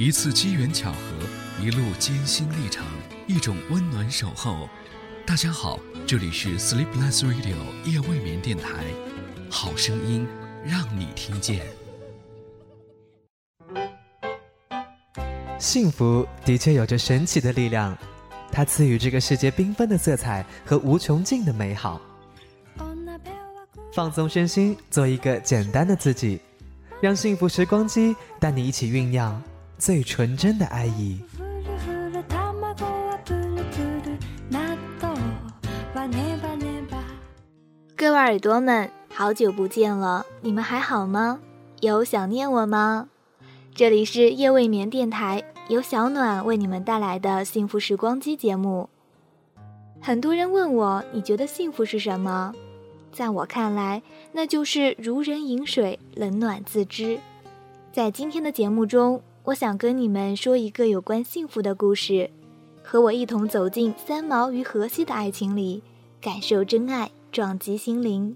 一次机缘巧合，一路艰辛历程，一种温暖守候。大家好，这里是 Sleepless Radio 夜未眠电台，好声音让你听见。 幸福的确有着神奇的力量，它赐予这个世界缤纷的色彩和无穷尽的美好。放松身心，做一个简单的自己，让幸福时光机带你一起酝酿最纯真的爱意。 各位耳朵们，好久不见了，你们还好吗？有想念我吗？这里是夜未眠电台，由小暖为你们带来的幸福时光机节目。很多人问我，你觉得幸福是什么？在我看来，那就是如人饮水，冷暖自知。在今天的节目中，我想跟你们说一个有关幸福的故事，和我一同走进三毛与荷西的爱情里，感受真爱，撞击心灵。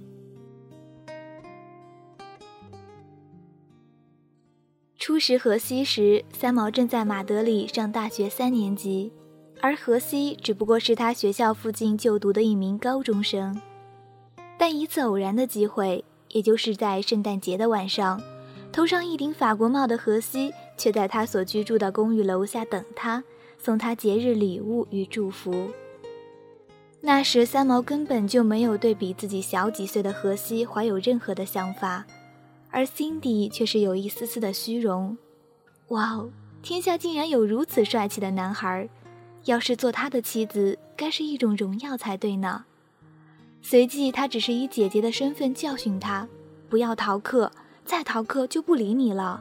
初识荷西时，三毛正在马德里上大学3年级，而荷西只不过是他学校附近就读的一名高中生。但一次偶然的机会，也就是在圣诞节的晚上，头上一顶法国帽的荷西却在他所居住的公寓楼下等他，送他节日礼物与祝福。那时三毛根本就没有对比自己小几岁的荷西怀有任何的想法，而心底却是有一丝丝的虚荣。哇哦，天下竟然有如此帅气的男孩，要是做他的妻子，该是一种荣耀才对呢。随即他只是以姐姐的身份教训他，不要逃课，再逃课就不理你了。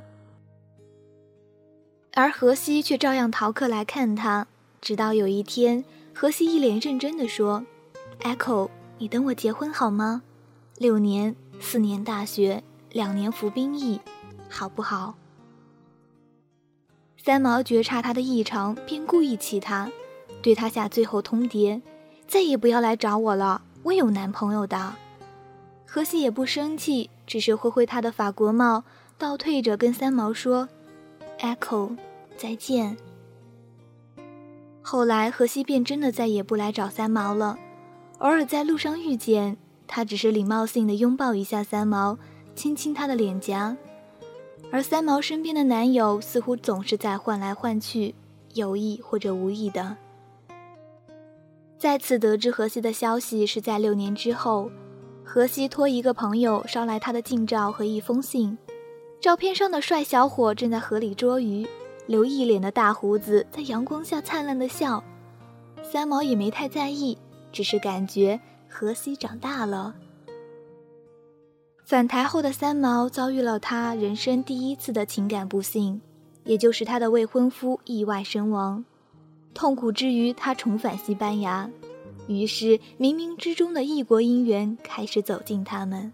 而荷西却照样逃课来看他，直到有一天，荷西一脸认真地说 Echo， 你等我结婚好吗？6年4年大学2年服兵役，好不好？三毛觉察他的异常，便故意气他，对他下最后通牒，再也不要来找我了，我有男朋友的。荷西也不生气，只是挥挥他的法国帽，倒退着跟三毛说 Echo， 再见。后来荷西便真的再也不来找三毛了，偶尔在路上遇见他，只是礼貌性地拥抱一下三毛，亲亲他的脸颊。而三毛身边的男友似乎总是在换来换去，有意或者无意的。再次得知荷西的消息是在6年之后，荷西托一个朋友捎来他的近照和一封信，照片上的帅小伙正在河里捉鱼，留一脸的大胡子，在阳光下灿烂的笑。三毛也没太在意，只是感觉荷西长大了。返台后的三毛遭遇了他人生第一次的情感不幸，也就是他的未婚夫意外身亡。痛苦之余，他重返西班牙，于是冥冥之中的异国姻缘开始走进他们。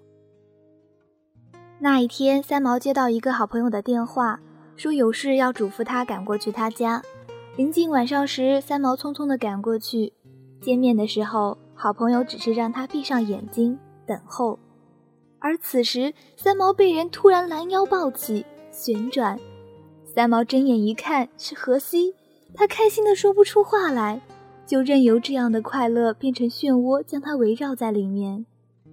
那一天，三毛接到一个好朋友的电话，说有事要嘱咐他赶过去他家。临近晚上时，三毛匆匆地赶过去。见面的时候，好朋友只是让他闭上眼睛等候。而此时三毛被人突然拦腰抱起旋转，三毛睁眼一看是荷西，他开心地说不出话来，就任由这样的快乐变成漩涡，将他围绕在里面。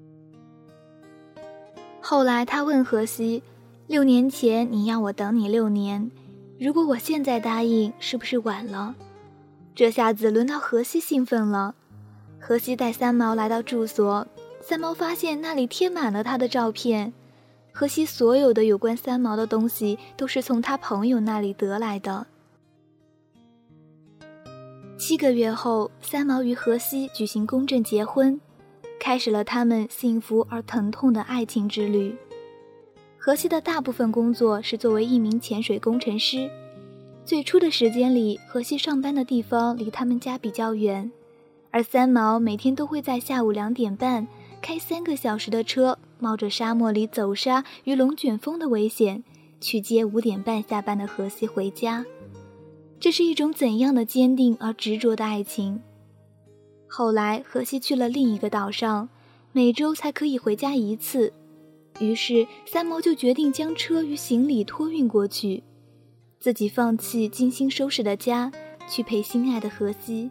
后来他问荷西，6年前你要我等你6年，如果我现在答应，是不是晚了？这下子轮到荷西兴奋了。荷西带三毛来到住所，三毛发现那里贴满了他的照片，荷西所有的有关三毛的东西都是从他朋友那里得来的。7个月后，三毛与荷西举行公证结婚，开始了他们幸福而疼痛的爱情之旅。荷西的大部分工作是作为一名潜水工程师，最初的时间里，荷西上班的地方离他们家比较远，而三毛每天都会在下午2点半开3个小时的车，冒着沙漠里走沙与龙卷风的危险，去接5点半下班的荷西回家。这是一种怎样的坚定而执着的爱情？后来荷西去了另一个岛上，每周才可以回家1次，于是三毛就决定将车与行李托运过去。 自己放弃精心收拾的家，去陪心爱的荷西。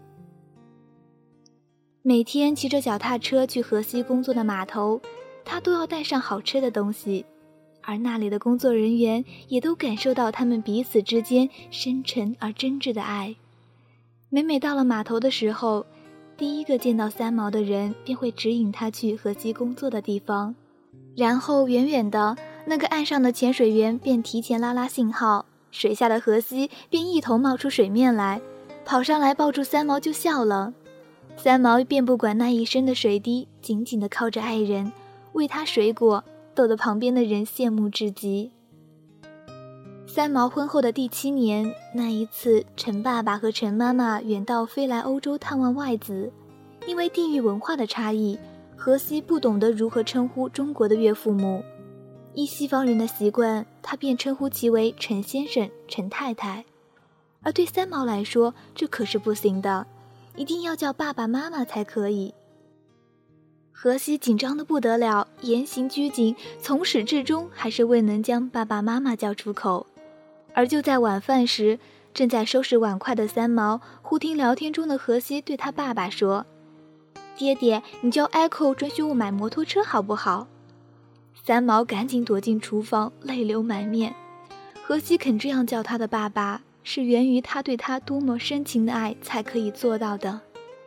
每天骑着脚踏车去荷西工作的码头，他都要带上好吃的东西，而那里的工作人员也都感受到他们彼此之间深沉而真挚的爱。每到了码头的时候，第一个见到三毛的人便会指引他去荷西工作的地方，然后远远的那个岸上的潜水员便提前拉信号，水下的荷西便一头冒出水面来，跑上来抱住三毛就笑了。三毛便不管那一身的水滴，紧紧地靠着爱人，喂他水果，逗得旁边的人羡慕至极。三毛婚后的第7年，那一次陈爸爸和陈妈妈远道飞来欧洲探望外子，因为地域文化的差异，荷西不懂得如何称呼中国的岳父母，依西方人的习惯，他便称呼其为陈先生、陈太太，而对三毛来说，这可是不行的，一定要叫爸爸妈妈才可以。荷西紧张得不得了，言行拘谨，从始至终还是未能将爸爸妈妈叫出口。而就在晚饭时，正在收拾碗筷的三毛忽听聊天中的荷西对他爸爸说：“爹爹，你叫 Echo 准许我买摩托车好不好？”三毛赶紧躲进厨房，泪流满面。荷西肯这样叫他的爸爸，是源于他对他多么深情的爱才可以做到的。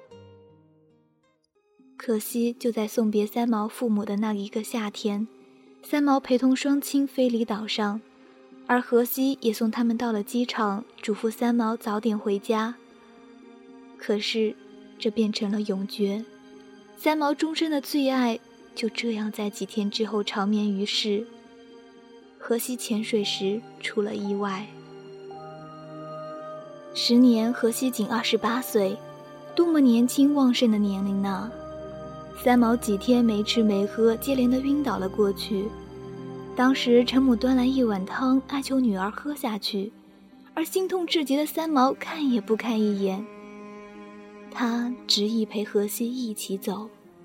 可惜就在送别三毛父母的那一个夏天，三毛陪同双亲飞离岛上，而荷西也送他们到了机场，嘱咐三毛早点回家。可是这变成了永诀，三毛终身的最爱就这样在几天之后长眠于世。荷西潜水时出了意外。10年，荷西仅28岁，多么年轻旺盛的年龄呢！三毛几天没吃没喝，接连的晕倒了过去。当时陈母端来一碗汤，哀求女儿喝下去，而心痛至极的三毛看也不看一眼，他执意陪荷西一起走。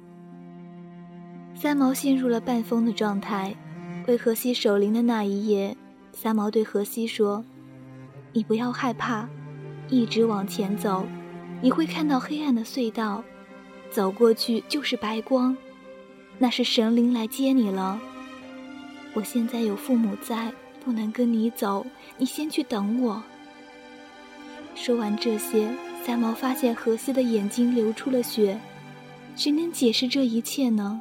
三毛陷入了半疯的状态，为荷西守灵的那一夜，三毛对荷西说：“你不要害怕，一直往前走，你会看到黑暗的隧道，走过去就是白光，那是神灵来接你了。我现在有父母在，不能跟你走，你先去等我。”说完这些，三毛发现荷西的眼睛流出了血，谁能解释这一切呢？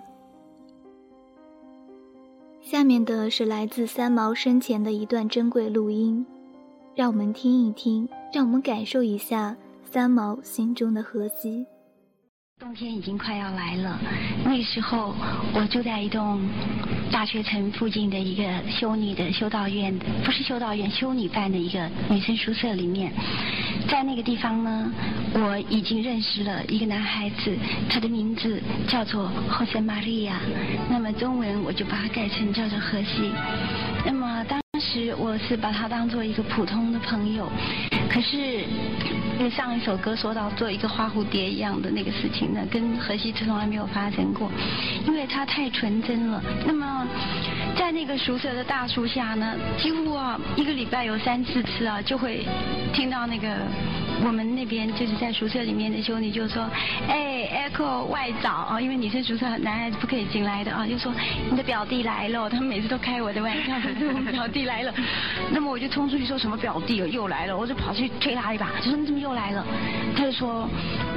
下面的是来自三毛生前的一段珍贵录音，让我们听一听，让我们感受一下三毛心中的荷西。 冬天已经快要来了，那个时候我住在一栋大学城附近的一个修女的修道院，不是修道院，修女办的一个女生宿舍里面。在那个地方呢，我已经认识了一个男孩子，他的名字叫做 Jose Maria， 那么中文我就把它改成叫做荷西。那么当时我是把他当做一个普通的朋友，可是因为上一首歌说到做一个花蝴蝶一样的那个事情呢，跟荷西从来没有发生过，因为他太纯真了。那么在那个宿舍的大树下呢，几乎一个礼拜有3-4次就会听到那个我们那边就是在宿舍里面的修女就说：“哎 ，Echo 外早因为女生宿舍男孩子不可以进来的就说你的表弟来了。”他们每次都开我的玩笑，说我们表弟来了。那么我就冲出去说什么表弟又来了，我就跑去推他一把，就说你怎么又来了？他就说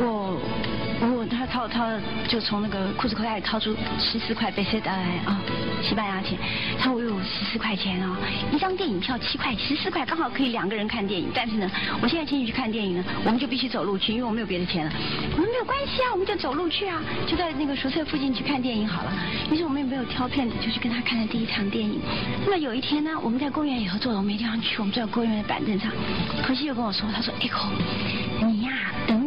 他就从那个裤子口袋里掏出14块贝塞达来西班牙钱。他说我有14块钱一张电影票7块，14块刚好可以2个人看电影。但是呢，我现在请你去看电影呢，我们就必须走路去，因为我没有别的钱了。我们没有关系我们就走路去就在那个宿舍附近去看电影好了。于是我们也没有挑片子，就去跟他看了第一场电影。那么有一天呢，我们在公园里头坐了，我没地方去，我们坐在公园的板凳上。荷西又跟我说，他说 Echo， 你等我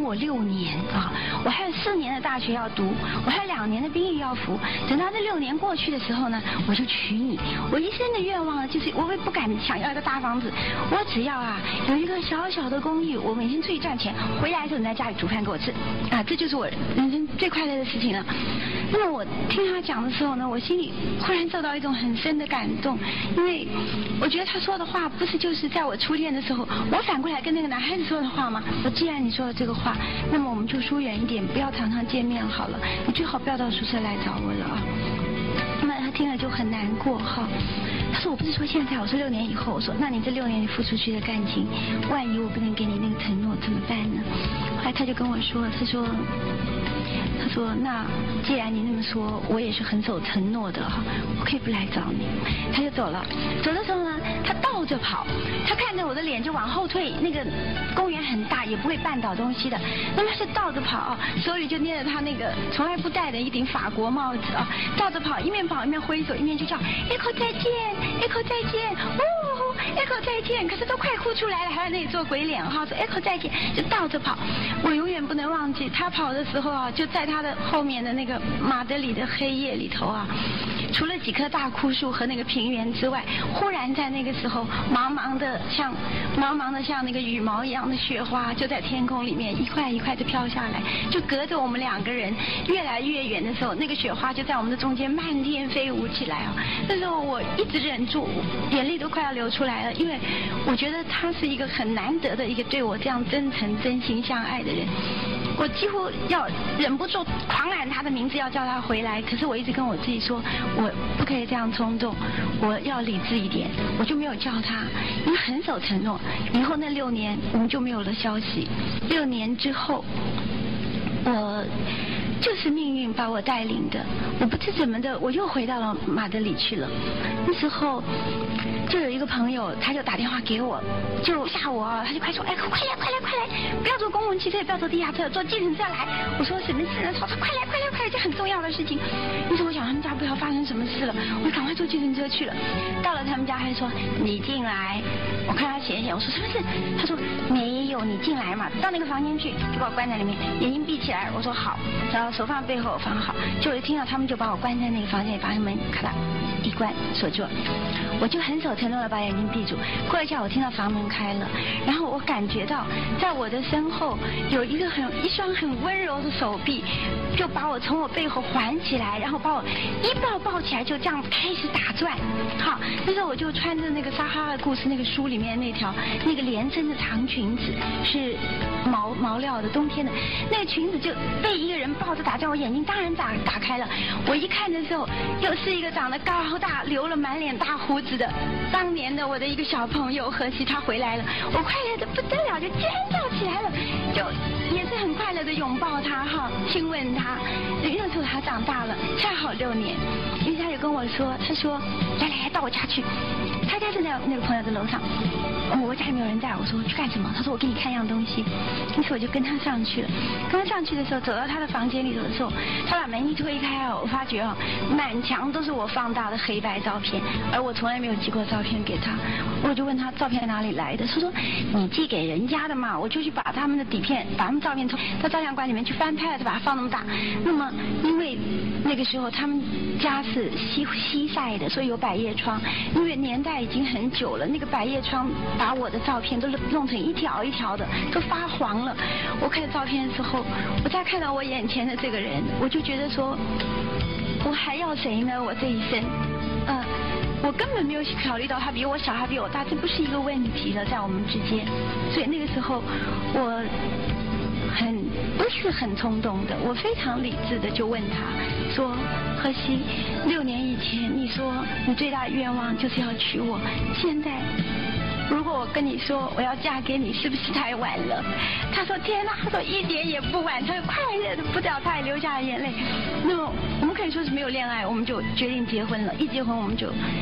我6年啊，我还有4年的大学要读，我还有2年的兵役要服。等到这6年过去的时候呢，我就娶你。我一生的愿望就是我也不敢想要一个大房子，我只要有一个小小的公寓，我每天出去赚钱，回来的时候你在家里煮饭给我吃啊，这就是我人生最快乐的事情了。那么我听他讲的时候呢，我心里忽然受到一种很深的感动，因为我觉得他说的话不是就是在我初恋的时候，我反过来跟那个男孩子说的话吗？既然你说了这个话，那么我们就疏远一点，不要常常见面好了，你最好不要到宿舍来找我了啊。那么他听了就很难过哈。他说我不是说现在，我说6年以后。我说那你这6年你付出去的感情，万一我不能给你那个承诺怎么办呢？后来他就跟我说，他说那既然你那么说，我也是很守承诺的哈，我可以不来找你。他就走了。走的时候呢，他倒着跑，他看着我的脸就往后退。那个公园很大，也不会绊倒东西的。那么是倒着跑，手里就捏着他那个从来不戴的一顶法国帽子啊，倒着跑，一面跑一面挥手，一面就叫Echo再见，Echo再见，哦，Echo再见。可是都快哭出来了，还在那里做鬼脸哈，说Echo再见，就倒着跑。我永远不能忘记他跑的时候啊，就在他的后面的那个马德里的黑夜里头啊，除了几棵大枯树和那个平原之外，忽然在那个时候，茫茫的像那个羽毛一样的雪花，就在天空里面一块一块的飘下来，就隔着我们2个人越来越远的时候，那个雪花就在我们的中间漫天飞舞起来啊！那时候我一直忍住，眼泪都快要流出来了，因为我觉得他是一个很难得的一个对我这样真诚、真心相爱的人。我几乎要忍不住狂喊他的名字，要叫他回来。可是我一直跟我自己说，我不可以这样冲动，我要理智一点。我就没有叫他，因为很守承诺。以后那6年我们就没有了消息。6年之后，我就是命运把我带领的，我不知怎么的，我又回到了马德里去了。那时候就有一个朋友，他就打电话给我，就吓我，他就快说，快来，不要坐公共汽车，不要坐地下车，坐计程车来。我说什么事呢？他说快来，这很重要的事情。那时候我想他们家不知道发生什么事了，我就赶快坐计程车去了。到了他们家，他就说你进来。我看他写，我说什么事？他说没有，你进来嘛。到那个房间去，就把我关在里面，眼睛闭起来。我说好，然后手放背后放好。就一听到他们就把我关在那个房间里，把门咔嗒一关锁住。我就很守承诺的把眼睛闭住。过一下，我听到房门开了，然后我感觉到在我的身后有一双很温柔的手臂，就把我从我背后环起来，然后把我一抱起来，就这样开始打转。好，那时候我就穿着那个撒哈拉故事那个书里面那个连身的长裙子，是毛料的，冬天的那个裙子就被一个人抱着打转，我眼睛当然打开了。我一看的时候，又是一个长得高大、留了满脸大胡子的当年的我的一个小朋友何西，他回来了，我快乐的不得了，就尖叫起来了，就也是很快乐的拥抱他哈，亲吻他。那时候他长大了，恰好6年，因为他就跟我说，他说来到我家去，他家就在那个朋友的楼上。我家里没有人在，我说去干什么？他说我给你看样东西。于是我就跟他上去了。跟他上去的时候，走到他的房间里头的时候，他把门一推开我发觉满墙都是我放大的黑白照片，而我从来没有寄过照片给他。我就问他照片哪里来的，他说你寄给人家的嘛，我就去把他们的底片，把他们照片从他照相馆里面去翻拍了，再把它放那么大。那么因为那个时候他们家是西晒的，所以有百叶窗，因为年代已经很久了，那个百叶窗把我的照片都弄成一条一条的，都发黄了。我看照片的时候，我再看到我眼前的这个人，我就觉得说，我还要谁呢？我这一生，我根本没有考虑到他比我小，他比我大，这不是一个问题了，在我们之间。所以那个时候，我不是很冲动的，我非常理智的就问他说，何西，6年以前你说你最大的愿望就是要娶我，现在如果我跟你说我要嫁给你，是不是太晚了？他说天哪，他说一点也不晚，他就快乐的不得了，他也流下了眼泪。那么我们可以说是没有恋爱，我们就决定结婚了，一结婚我们就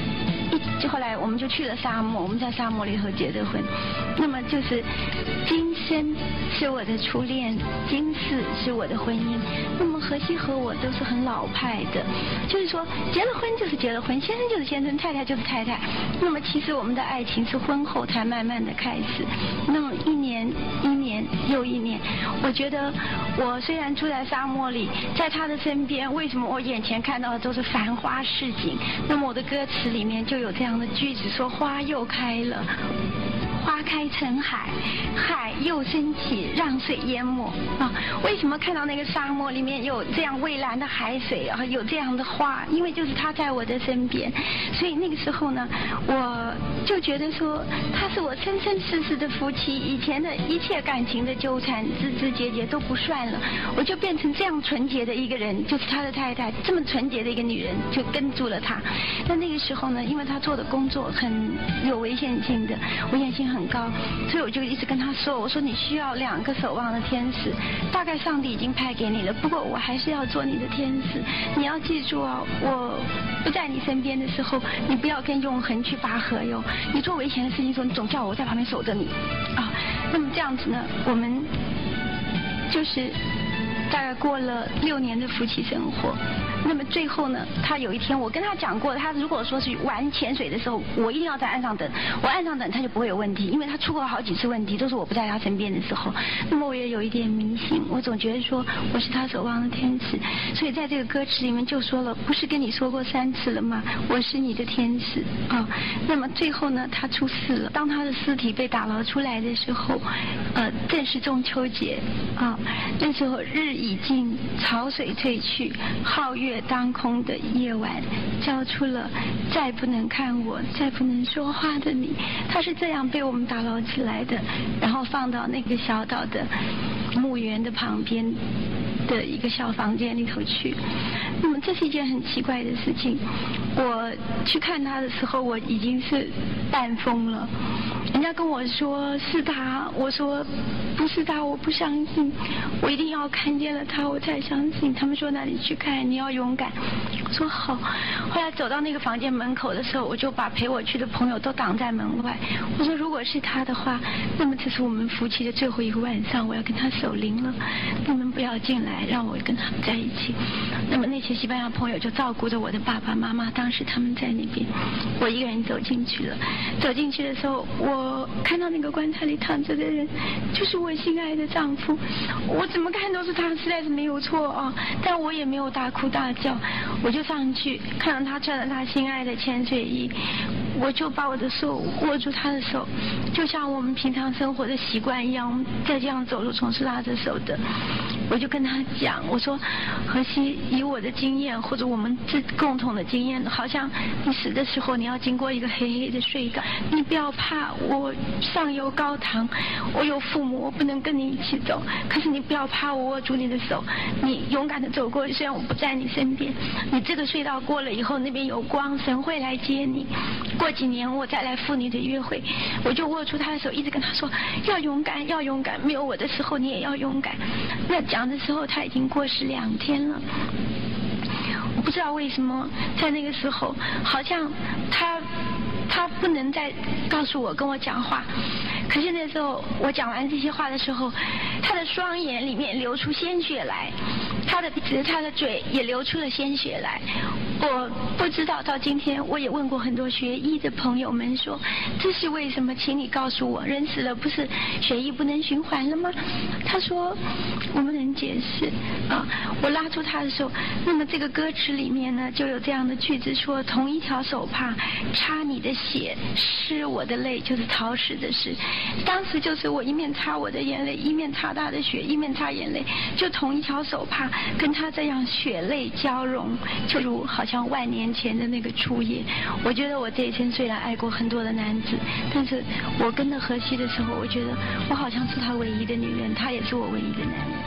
就后来我们就去了沙漠，我们在沙漠里头结的婚。那么就是今生是我的初恋，今世是我的婚姻。那么荷西和我都是很老派的，就是说结了婚就是结了婚，先生就是先生，太太就是太太。那么其实我们的爱情是婚后才慢慢的开始。那么一年又一年，我觉得我虽然住在沙漠里，在他的身边，为什么我眼前看到的都是繁花似锦？那么我的歌词里面就有这样的句子说：花又开了，花开成海，海又升起，让水淹没啊！为什么看到那个沙漠里面有这样蔚蓝的海水啊，有这样的花？因为就是他在我的身边，所以那个时候呢，我就觉得说他是我生生世世的夫妻，以前的一切感情的纠缠、枝枝节节都不算了，我就变成这样纯洁的一个人，就是他的太太，这么纯洁的一个女人，就跟住了他。那个时候呢，因为他做的工作很有危险性的，危险性很高，所以我就一直跟他说，我说你需要2个守望的天使，大概上帝已经派给你了，不过我还是要做你的天使，你要记住啊，我不在你身边的时候，你不要跟永恒去拔河哟，你做危险的事情的时候，你总叫我在旁边守着你啊。那么这样子呢，我们就是大概过了6年的夫妻生活。那么最后呢，他有一天我跟他讲过，他如果说是玩潜水的时候，我一定要在岸上等，我岸上等他就不会有问题，因为他出过好几次问题，都是我不在他身边的时候。那么我也有一点迷信，我总觉得说我是他守望的天使，所以在这个歌词里面就说了，不是跟你说过3次了吗？我是你的天使啊。那么最后呢，他出事了，当他的尸体被打捞出来的时候，正是中秋节啊，那时候日已尽，潮水退去，皓月当空的夜晚，交出了再不能看我，再不能说话的你。他是这样被我们打捞起来的，然后放到那个小岛的墓园的旁边的一个小房间里头去。那么这是一件很奇怪的事情，我去看他的时候，我已经是半疯了。人家跟我说是他，我说不是他，我不相信，我一定要看见了他我才相信。他们说那你去看，你要勇敢。我说好。后来走到那个房间门口的时候，我就把陪我去的朋友都挡在门外。我说如果是他的话，那么这是我们夫妻的最后一个晚上，我要跟他守灵了，你们不要进来，让我跟他们在一起。那么那些西班牙朋友就照顾着我的爸爸妈妈，当时他们在那边，我一个人走进去了。走进去的时候，我看到那个棺材里躺着的人就是我心爱的丈夫，我怎么看都是他，实在是没有错啊。但我也没有大哭大叫，我就上去看到他穿着他心爱的潜水衣，我就把我的手握住他的手，就像我们平常生活的习惯一样，我们在这样走路总是拉着手的。我就跟他讲，我说荷西，以我的经验或者我们共同的经验，好像你死的时候你要经过一个黑黑的隧道，你不要怕，我上有高堂，我有父母，我不能跟你一起走，可是你不要怕，我握住你的手，你勇敢的走过去，虽然我不在你身边，你这个隧道过了以后，那边有光，神会来接你，过几年我再来赴你的约会。我就握住他的手，一直跟他说要勇敢，要勇敢，没有我的时候你也要勇敢。那讲的时候他已经过世2天了，我不知道为什么在那个时候好像他不能再告诉我跟我讲话，可是那时候我讲完这些话的时候，他的双眼里面流出鲜血来，他的鼻子他的嘴也流出了鲜血来。我不知道，到今天我也问过很多学医的朋友们说这是为什么，请你告诉我，人死了不是血液不能循环了吗？他说我不能解释啊。我拉住他的时候，那么这个歌词里面呢就有这样的句子说，同一条手帕擦你的血，湿我的泪，就是陶史的诗。当时就是我一面擦我的眼泪，一面擦他的血，一面擦眼泪，就同一条手帕跟他这样血泪交融，就如好像万年前的那个初夜。我觉得我这一生虽然爱过很多的男子，但是我跟着荷西的时候，我觉得我好像是他唯一的女人，他也是我唯一的男人。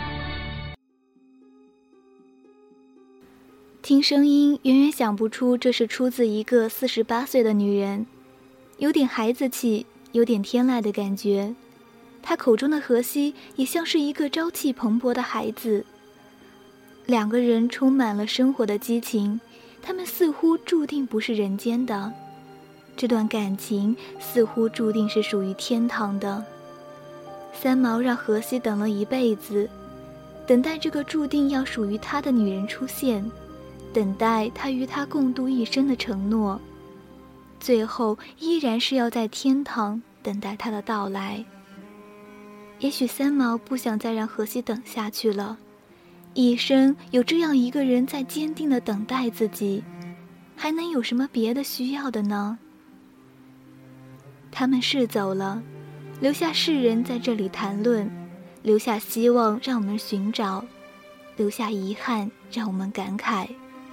听声音远远想不出这是出自一个48岁的女人，有点孩子气，有点天籁的感觉。她口中的荷西也像是一个朝气蓬勃的孩子，两个人充满了生活的激情，他们似乎注定不是人间的。 这段感情似乎注定是属于天堂的。三毛让荷西等了一辈子，等待这个注定要属于他的女人出现，等待他与他共度一生的承诺，最后依然是要在天堂等待他的到来。也许三毛不想再让荷西等下去了，一生有这样一个人在坚定地等待自己，还能有什么别的需要的呢？他们是走了，留下世人在这里谈论，留下希望让我们寻找，留下遗憾让我们感慨。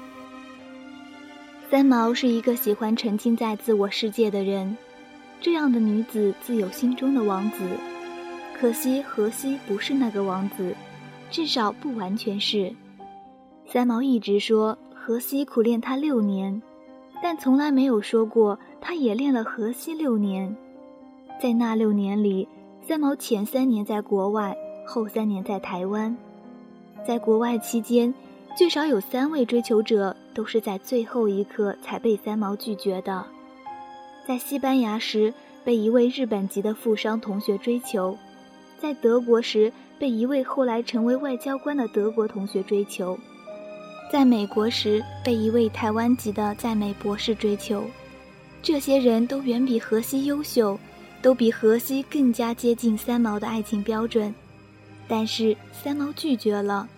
三毛是一个喜欢沉浸在自我世界的人，这样的女子自有心中的王子。可惜荷西不是那个王子，至少不完全是。三毛一直说荷西苦练他6年，但从来没有说过他也练了荷西6年。在那6年里，三毛前3年在国外，后3年在台湾。在国外期间，最少有3位追求者都是在最后一刻才被三毛拒绝的。在西班牙时，被一位日本籍的富商同学追求；在德国时，被一位后来成为外交官的德国同学追求；在美国时，被一位台湾籍的在美博士追求。这些人都远比荷西优秀，都比荷西更加接近三毛的爱情标准，但是三毛拒绝了。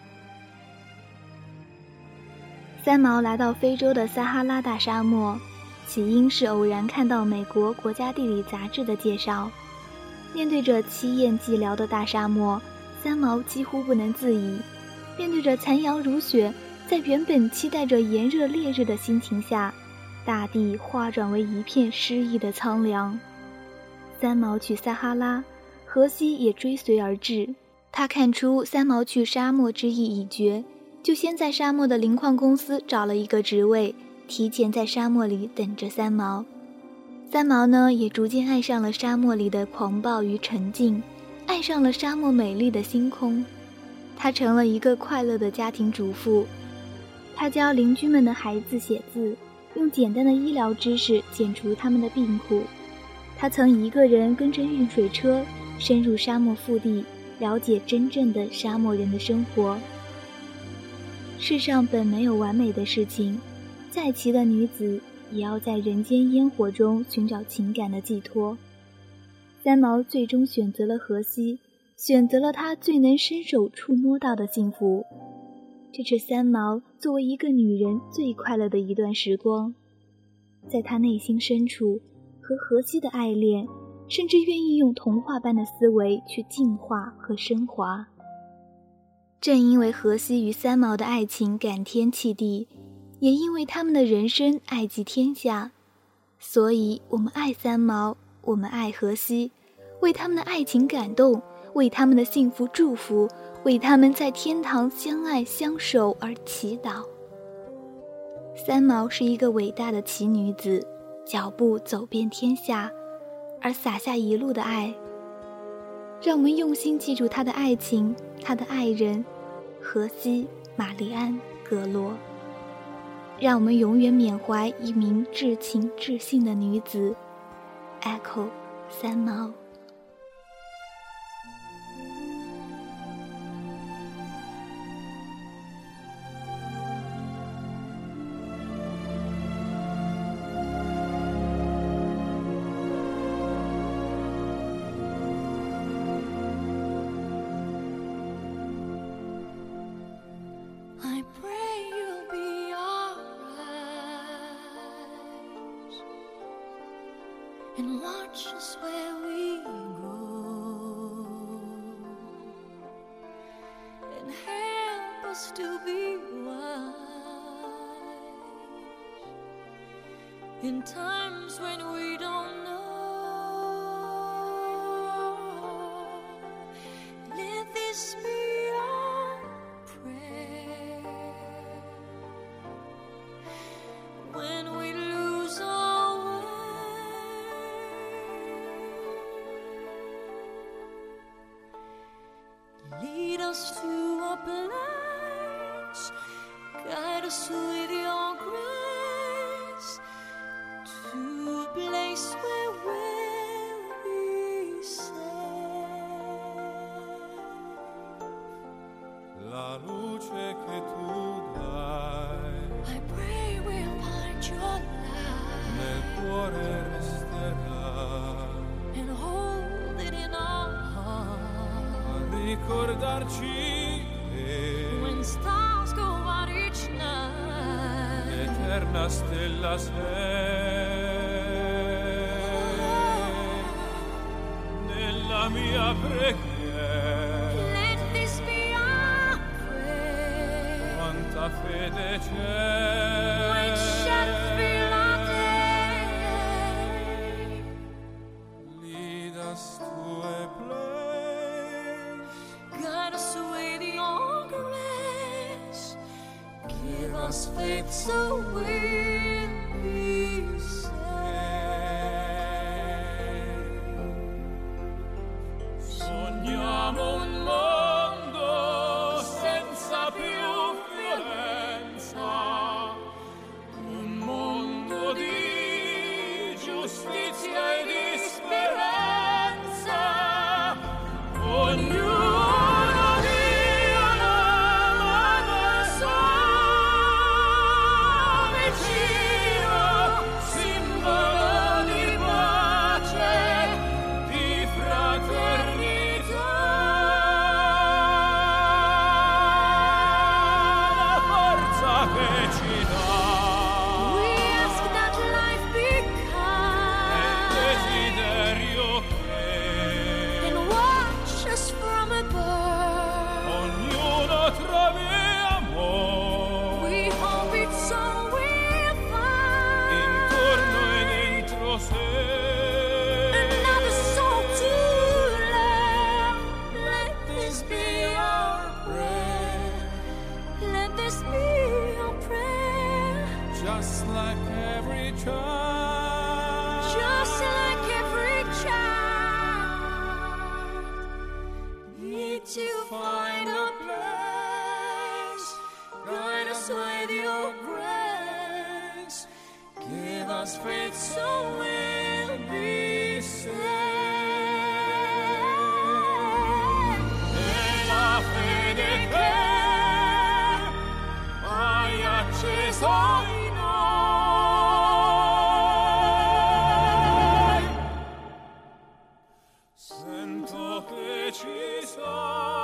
三毛来到非洲的撒哈拉大沙漠，起因是偶然看到美国国家地理杂志的介绍。面对着凄艳寂寥的大沙漠，三毛几乎不能自已。面对着残阳如血，在原本期待着炎热烈日的心情下，大地化转为一片诗意的苍凉。三毛去撒哈拉，荷西也追随而至。他看出三毛去沙漠之意已决，就先在沙漠的磷矿公司找了一个职位，提前在沙漠里等着三毛。三毛呢，也逐渐爱上了沙漠里的狂暴与沉静，爱上了沙漠美丽的星空。她成了一个快乐的家庭主妇，她教邻居们的孩子写字，用简单的医疗知识解除他们的病苦。她曾一个人跟着运水车深入沙漠腹地，了解真正的沙漠人的生活。世上本没有完美的事情，再奇的女子也要在人间烟火中寻找情感的寄托。三毛最终选择了荷西，选择了她最能伸手触摸到的幸福。这是三毛作为一个女人最快乐的一段时光。在她内心深处，和荷西的爱恋，甚至愿意用童话般的思维去净化和升华。正因为荷西与三毛的爱情感天泣地，也因为他们的人生爱极天下，所以我们爱三毛，我们爱荷西，为他们的爱情感动，为他们的幸福祝福，为他们在天堂相爱相守而祈祷。三毛是一个伟大的奇女子，脚步走遍天下，而洒下一路的爱。让我们用心记住她的爱情，她的爱人荷西、玛丽安、格罗。让我们永远缅怀一名至情至性的女子 Echo 三毛。 And watch us where we go, and help us to be wise in times when we don't know. Let this be our prayer when we lose our way. Lead us to a place, guide us with your grace to a place la luce che tu dai. I pray we'll find your light Nel cuore resterà and hold it in our heart. a ricordarci che When stars go out each night, l'eterna stella sei nella mia preghiera. let this be our prayer. Quanta fede c'è Which shall fill our day. lead us to a place, Guide us with your grace. Give us faith so we'll be saved. sogniamo un mondo senza più violenza, un mondo di giustizia e di speranza. Ognuno dia la mano al suo vicino, simbolo di pace, di fraternità. La forza che ci dà We ask that life be è il kind desiderio che and watch us from above. ognuno trovi amore We hope it's so we'll find intorno e dentro sé. another soul to love. Let this be our prayer. Let this be our prayer. Just like every child, Just like every child, need to find a place. Guide us with your grace. Give us faith so we'll be saved. e la fede che hai acceso in noi. Sento che ci sei.